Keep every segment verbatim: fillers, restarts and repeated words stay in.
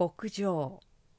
牧場。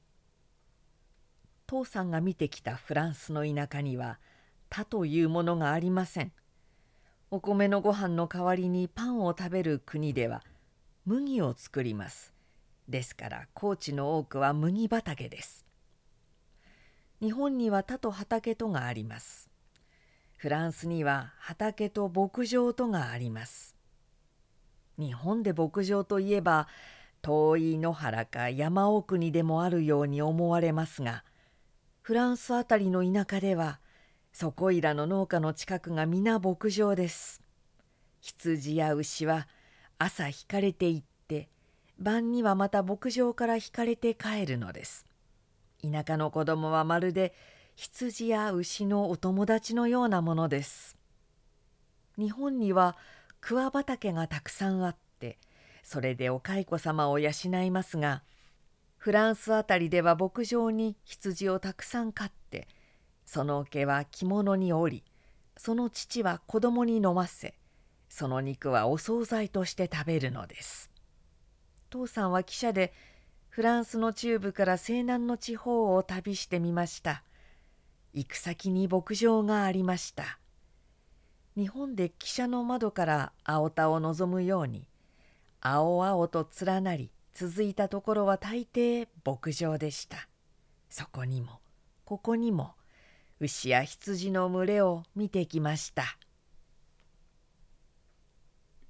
父さんが見てきたフランスの田舎には田というものがありません。お米のご飯の代わりにパンを食べる国では麦を作ります。ですから高地の多くは麦畑です。日本には田と畑とがあります。フランスには畑と牧場とがあります。日本で牧場といえば遠い野原か山奥にでもあるように思われますが、フランスあたりの田舎ではそこいらの農家の近くが皆牧場です。羊や牛は朝引かれて行って晩にはまた牧場から引かれて帰るのです。田舎の子供はまるで羊や牛のお友達のようなものです。日本には桑畑がたくさんあってそれでお蚕様を養いますが、フランスあたりでは牧場に羊をたくさん飼って、その毛は着物に織り、その乳は子供に飲ませ、その肉はお惣菜として食べるのです。父さんは汽車でフランスの中部から西南の地方を旅してみました。行く先に牧場がありました。日本で汽車の窓から青田を望むように、青々と連なり続いたところは大抵牧場でした。そこにもここにも牛や羊の群れを見てきました。